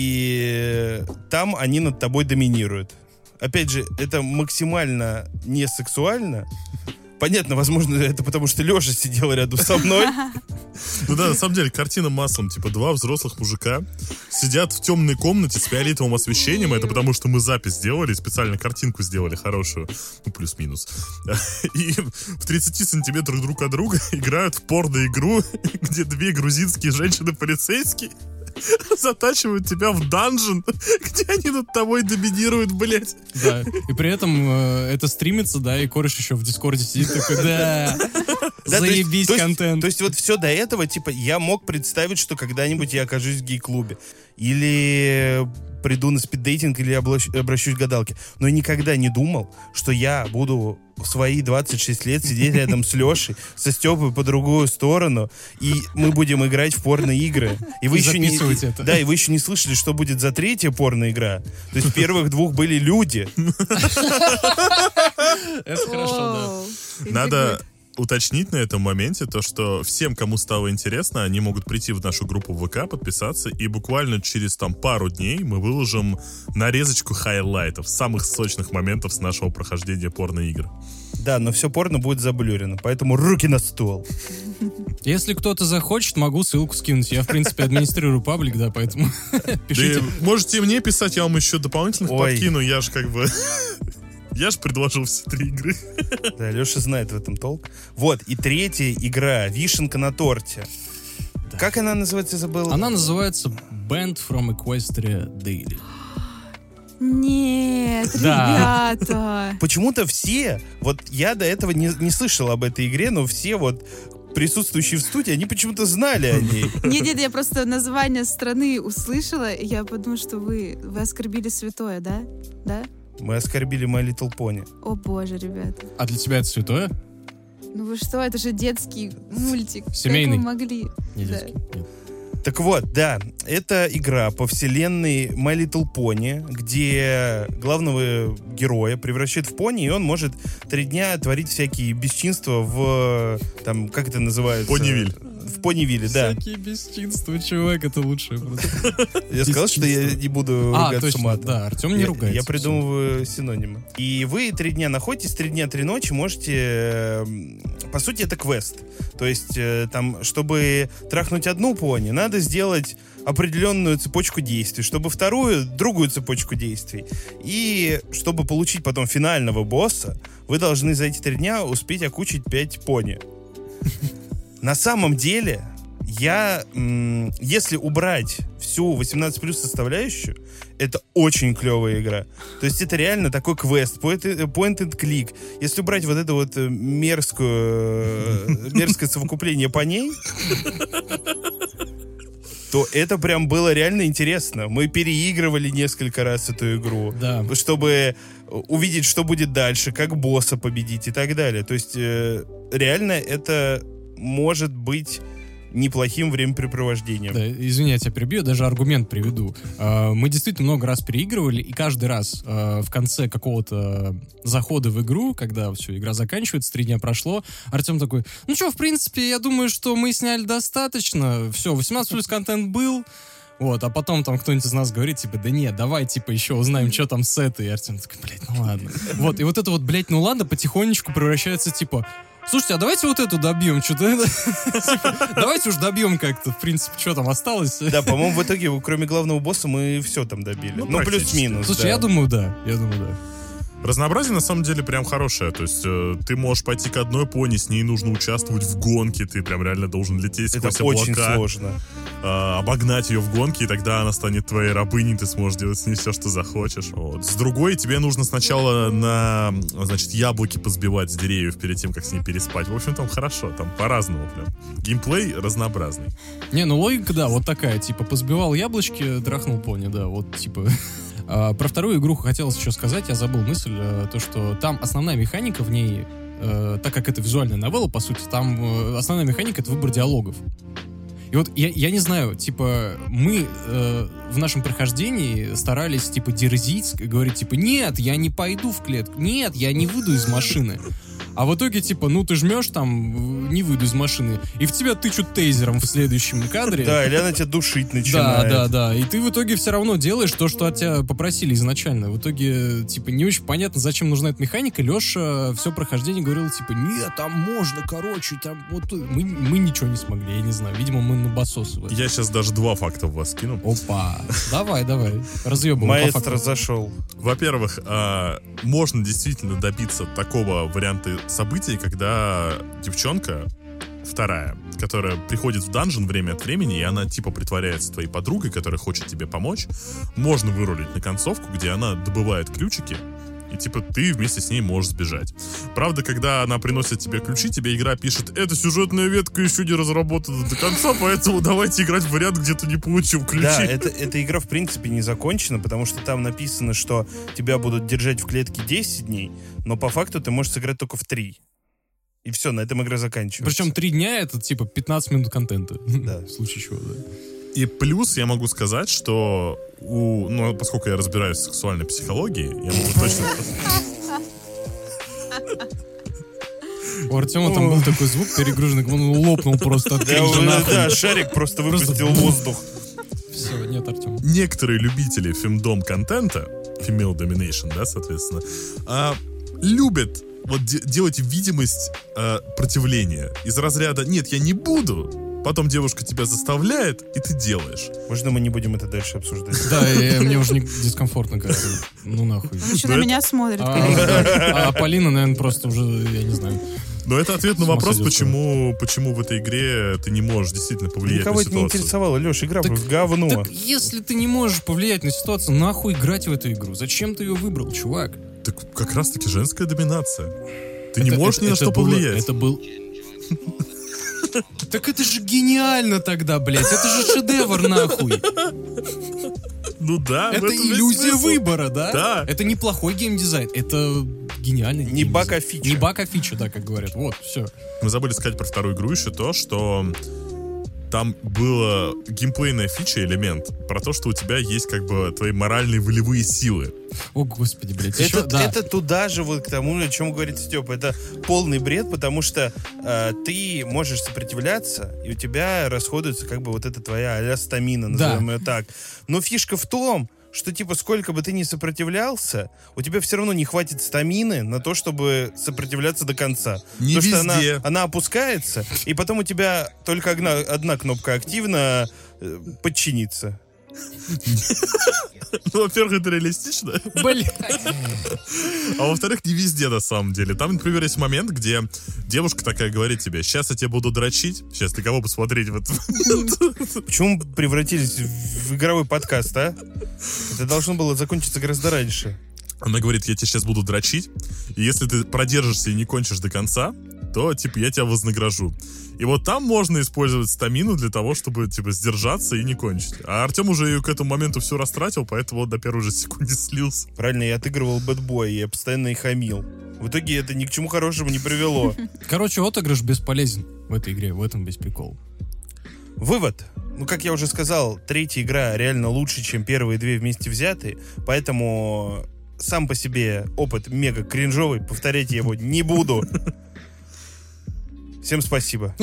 B: И там они над тобой доминируют. Опять же, это максимально не сексуально. Понятно, возможно, это потому, что Леша сидел рядом со мной.
A: Ну да, на самом деле, картина маслом. Типа, два взрослых мужика сидят в темной комнате с фиолетовым освещением. Это потому, что мы запись сделали, специально картинку сделали хорошую. Ну, плюс-минус. И в тридцати сантиметрах друг от друга играют в порно-игру, где две грузинские женщины-полицейские затачивают тебя в данжен, где они над тобой доминируют, блядь.
D: Да. И при этом э, это стримится, да, и кореш еще в Дискорде сидит такой, да,
B: Да, то есть-
D: заебись
B: то есть-
D: контент.
B: То есть вот все до этого, типа, я мог представить, что когда-нибудь я окажусь в гей-клубе. Или приду на спиддейтинг, или облащ- обращусь к гадалке. Но я никогда не думал, что я буду в свои двадцать шесть лет сидеть рядом с Лешей, со Степой по другую сторону, и мы будем играть в порно-игры. И вы
D: И
B: еще не,
D: записывать это.
B: Да, и вы еще не слышали, что будет за третья порно-игра. То есть в первых двух были люди.
D: Это хорошо, да.
C: Оу,
A: Надо, уточнить на этом моменте то, что всем, кому стало интересно, они могут прийти в нашу группу в ВК, подписаться, и буквально через там пару дней мы выложим нарезочку хайлайтов, самых сочных моментов с нашего прохождения порно-игр.
B: Да, но все порно будет заблюрено, поэтому руки на стол.
D: Если кто-то захочет, могу ссылку скинуть. Я, в принципе, администрирую паблик, да, поэтому пишите.
A: Да, можете мне писать, я вам еще дополнительных
B: Ой.
A: подкину, я же как бы... Я же предложил все три игры.
B: Да, Леша знает в этом толк. Вот, и третья игра, вишенка на торте.
D: Да.
B: Как она называется, забыл?
D: Она называется Band from Equestria Daily.
C: Нет,
D: Да.
C: ребята.
B: Почему-то все, вот я до этого не, не слышал об этой игре, но все вот присутствующие в студии, они почему-то знали о ней.
C: Нет-нет, я просто название страны услышала, и я подумала, что вы, вы оскорбили святое, да? Да?
B: Мы оскорбили My Little Pony.
C: О боже, ребята.
D: А для тебя это святое?
C: Ну вы что, это же детский мультик.
D: Семейный.
C: Как вы могли?
D: Не
C: Да.
D: детский. Нет.
B: Так вот, да, это игра по вселенной My Little Pony, где главного героя превращают в пони, и он может три дня творить всякие бесчинства в, там, как это называется?
A: Понивиль.
B: В Понивиле, да.
D: Всякие бесчинства, чувак, это лучшее просто.
B: Я сказал, что я не буду
D: А,
B: ругаться
D: точно,
B: матом.
D: да, Артем не
B: Я-
D: ругается.
B: Я придумываю синонимы. И вы три дня находитесь, три дня, три ночи можете... э, По сути, это квест. То есть, э, там, чтобы трахнуть одну пони, надо сделать определенную цепочку действий. Чтобы вторую, другую цепочку действий. И чтобы получить потом финального босса, вы должны за эти три дня успеть окучить пять пони. На самом деле, я, м, если убрать всю восемнадцать плюс составляющую, это очень клевая игра. То есть это реально такой квест, point and click. Если убрать вот это вот э, мерзкую, э, мерзкое совокупление поней, то это прям было реально интересно. Мы переигрывали несколько раз эту игру,
D: Да.
B: чтобы увидеть, что будет дальше, как босса победить и так далее. То есть э, реально это может быть неплохим времяпрепровождением.
D: Да, извини, я тебя перебью, я даже аргумент приведу. А, Мы действительно много раз переигрывали, и каждый раз а, в конце какого-то захода в игру, когда все, игра заканчивается, три дня прошло, Артем такой, ну что, в принципе, я думаю, что мы сняли достаточно, все, восемнадцать плюс контент был, вот, а потом там кто-нибудь из нас говорит, типа, да нет, давай, типа, еще узнаем, что там с этой. И Артем такой, блядь, ну ладно. Вот, и вот это вот, блядь, ну ладно, потихонечку превращается, типа, слушайте, а давайте вот эту добьем, что-то. Типа, давайте уж добьем как-то, в принципе, что там осталось.
B: Да, по-моему, в итоге, кроме главного босса, мы все там добили.
A: Ну,
B: Ну,
A: практически.
B: плюс-минус.
D: Слушай,
B: да.
D: я думаю, да. Я думаю, да.
A: Разнообразие на самом деле прям хорошее. То есть э, ты можешь пойти к одной пони, с ней нужно участвовать в гонке, ты прям реально должен лететь
B: Это
A: сквозь
B: очень
A: облака,
B: сложно.
A: э, обогнать ее в гонке, и тогда она станет твоей рабыней, ты сможешь делать с ней все, что захочешь. Вот. С другой тебе нужно сначала на, значит, яблоки позбивать с деревьев перед тем, как с ней переспать. В общем, там хорошо, там по-разному прям. Геймплей разнообразный.
D: Не, ну логика, да, вот такая, типа, позбивал яблочки, трахнул пони, да, вот, типа... А, Про вторую игру хотелось еще сказать, я забыл мысль, э, то, что там основная механика в ней, э, так как это визуальная новелла, по сути, там э, основная механика — это выбор диалогов. И вот я, я не знаю, типа, мы э, в нашем прохождении старались, типа, дерзить, говорить, типа, нет, я не пойду в клетку, нет, я не выйду из машины. А в итоге, типа, ну ты жмешь там, не выйду из машины, и в тебя тычут тейзером в следующем кадре.
B: Да, или она тебя душить
D: Да,
B: начинает.
D: да, да. И ты в итоге все равно делаешь то, что от тебя попросили изначально. В итоге, типа, не очень понятно, зачем нужна эта механика. Леша все прохождение говорил, типа, нет, там можно, короче, там вот... Мы, мы ничего не смогли, я не знаю. Видимо, мы на басосы. в этом.
A: Я сейчас даже два факта в вас кину.
D: Опа. Давай, давай. Разъебывай. по
B: Маэстро
D: факту.
B: зашел.
A: Во-первых, а, можно действительно добиться такого варианта событий, когда девчонка, вторая, которая приходит в данжен время от времени, и она типа притворяется твоей подругой, которая хочет тебе помочь, можно вырулить на концовку, где она добывает ключики, и типа ты вместе с ней можешь сбежать. Правда, когда она приносит тебе ключи, тебе игра пишет, эта сюжетная ветка еще не разработана до конца, поэтому давайте играть в вариант, где ты не получил ключи.
B: Да, это, эта игра в принципе не закончена, потому что там написано, что тебя будут держать в клетке десять дней, но по факту ты можешь сыграть только в три. И все, на этом игра заканчивается.
D: Причем три дня — это, типа, пятнадцать минут контента.
B: Да.
D: В случае чего, да.
A: И плюс я могу сказать, что у, ну, поскольку я разбираюсь в сексуальной психологии, я могу точно...
D: У Артема там был такой звук перегруженный, он лопнул просто от
B: Да,
D: кринжа
B: уже,
D: нахуй.
B: да, шарик просто выпустил воздух.
D: Все, нет, Артем.
A: Некоторые любители фемдом-контента, female domination, да, соответственно, а, любят вот де- делать видимость а, противления из разряда «нет, я не буду», потом девушка тебя заставляет, и ты делаешь.
B: Можно мы не будем это дальше обсуждать?
D: Да, и мне уже не дискомфортно как-то. Ну нахуй.
C: Он еще
A: Ну,
C: на
A: это-
C: меня смотрит.
D: А,
C: конечно.
D: да. А Полина, наверное, просто уже, я не знаю.
A: Но это ответ на
D: С ума
A: вопрос,
D: сойдет,
A: почему, почему в этой игре ты не можешь действительно повлиять
B: Никого
A: на
B: это не
A: ситуацию.
B: интересовало, Леш, игра
D: Так-
B: просто говно.
D: Так если ты не можешь повлиять на ситуацию, нахуй играть в эту игру? Зачем ты ее выбрал, чувак?
A: Так как раз-таки женская доминация. Ты не
D: Это-
A: можешь
D: это-
A: ни на
D: это
A: что
D: было-
A: повлиять.
D: Это был... Так это же гениально тогда, блядь. Это же шедевр, нахуй.
A: Ну да, в
D: Это
A: этом весь
D: иллюзия
A: смысл.
D: выбора, да?
A: Да.
D: Это неплохой геймдизайн. Это гениальный
B: Не
D: геймдизайн.
B: баг, а фича.
D: Не баг, а фича, да, как говорят. Вот, все.
A: Мы забыли сказать про вторую игру еще то, что там было геймплейная фича, элемент, про то, что у тебя есть как бы твои моральные волевые силы.
D: О, господи, блядь.
B: Это,
D: Еще, да.
B: это туда же, вот к тому, о чем говорит Степа. Это полный бред, потому что э, ты можешь сопротивляться, и у тебя расходуется как бы вот эта твоя а-ля стамина, назовем ее так. Но фишка в том, что типа сколько бы ты ни сопротивлялся, у тебя все равно не хватит стамины на то, чтобы сопротивляться до конца.
A: Не
B: Потому что она,
A: везде.
B: она опускается, и потом у тебя только одна, одна кнопка активна э, подчиниться.
A: Ну, во-первых, это реалистично.
D: Блядь.
A: А во-вторых, не везде на самом деле. Там, например, есть момент, где девушка такая говорит тебе: сейчас я тебя буду дрочить. Сейчас ты кого посмотреть в этот момент?
B: Почему мы превратились в игровой подкаст, а? Это должно было закончиться гораздо раньше.
A: Она говорит: я тебя сейчас буду дрочить, и если ты продержишься и не кончишь до конца, то, типа, я тебя вознагражу. И вот там можно использовать стамину для того, чтобы, типа, сдержаться и не кончить. А Артем уже ее к этому моменту все растратил, поэтому вот до первой же секунды слился.
B: Правильно, я отыгрывал бэтбоя, я постоянно и хамил. В итоге это ни к чему хорошему не привело.
D: Короче, отыгрыш бесполезен в этой игре. В этом весь прикол.
B: Вывод. Ну, как я уже сказал, третья игра реально лучше, чем первые две вместе взятые, поэтому сам по себе опыт мега кринжовый, повторять я его не буду. Всем спасибо.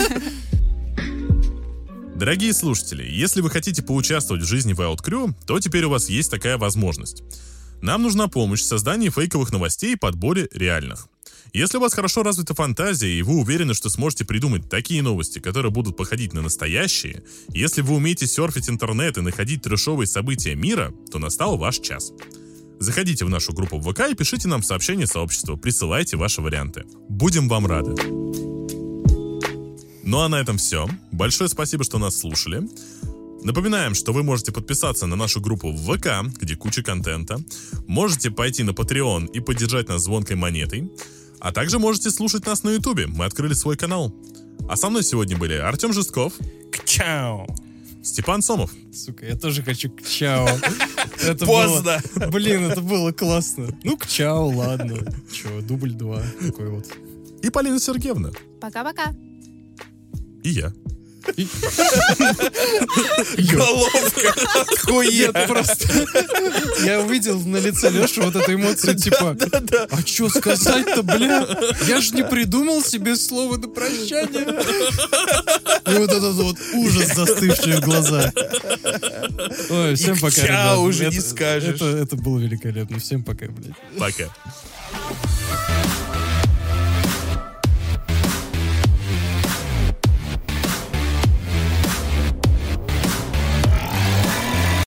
A: Дорогие слушатели, если вы хотите поучаствовать в жизни Wild Crew, то теперь у вас есть такая возможность. Нам нужна помощь в создании фейковых новостей и подборе реальных. Если у вас хорошо развита фантазия, и вы уверены, что сможете придумать такие новости, которые будут походить на настоящие, если вы умеете серфить интернет и находить трэшовые события мира, то настал ваш час. Заходите в нашу группу в ВК и пишите нам сообщение сообщества, присылайте ваши варианты. Будем вам рады. Ну а на этом все. Большое спасибо, что нас слушали. Напоминаем, что вы можете подписаться на нашу группу в ВК, где куча контента. Можете пойти на Patreon и поддержать нас звонкой монетой. А также можете слушать нас на Ютубе. Мы открыли свой канал. А со мной сегодня были Артем Жестков,
B: Чао.
A: Степан Сомов.
D: Сука, я тоже хочу к чао. Это
B: Поздно.
D: было- Блин, это было классно. Ну, к чао, ладно. Че, дубль два. Такой вот.
A: И Полина Сергеевна.
C: Пока-пока.
A: И я.
D: И-
B: Головка. Охуенно.
D: Нет, просто я увидел на лице Леши вот эту эмоцию, типа, а что сказать-то, бля? Я же не придумал себе слово на прощание. И вот этот вот ужас, застывший в глазах. Ой, всем
B: И
D: пока,
B: чао
D: ребят.
B: уже
D: Это-
B: не скажешь.
D: Это, это было великолепно. Всем пока, блядь.
A: Пока.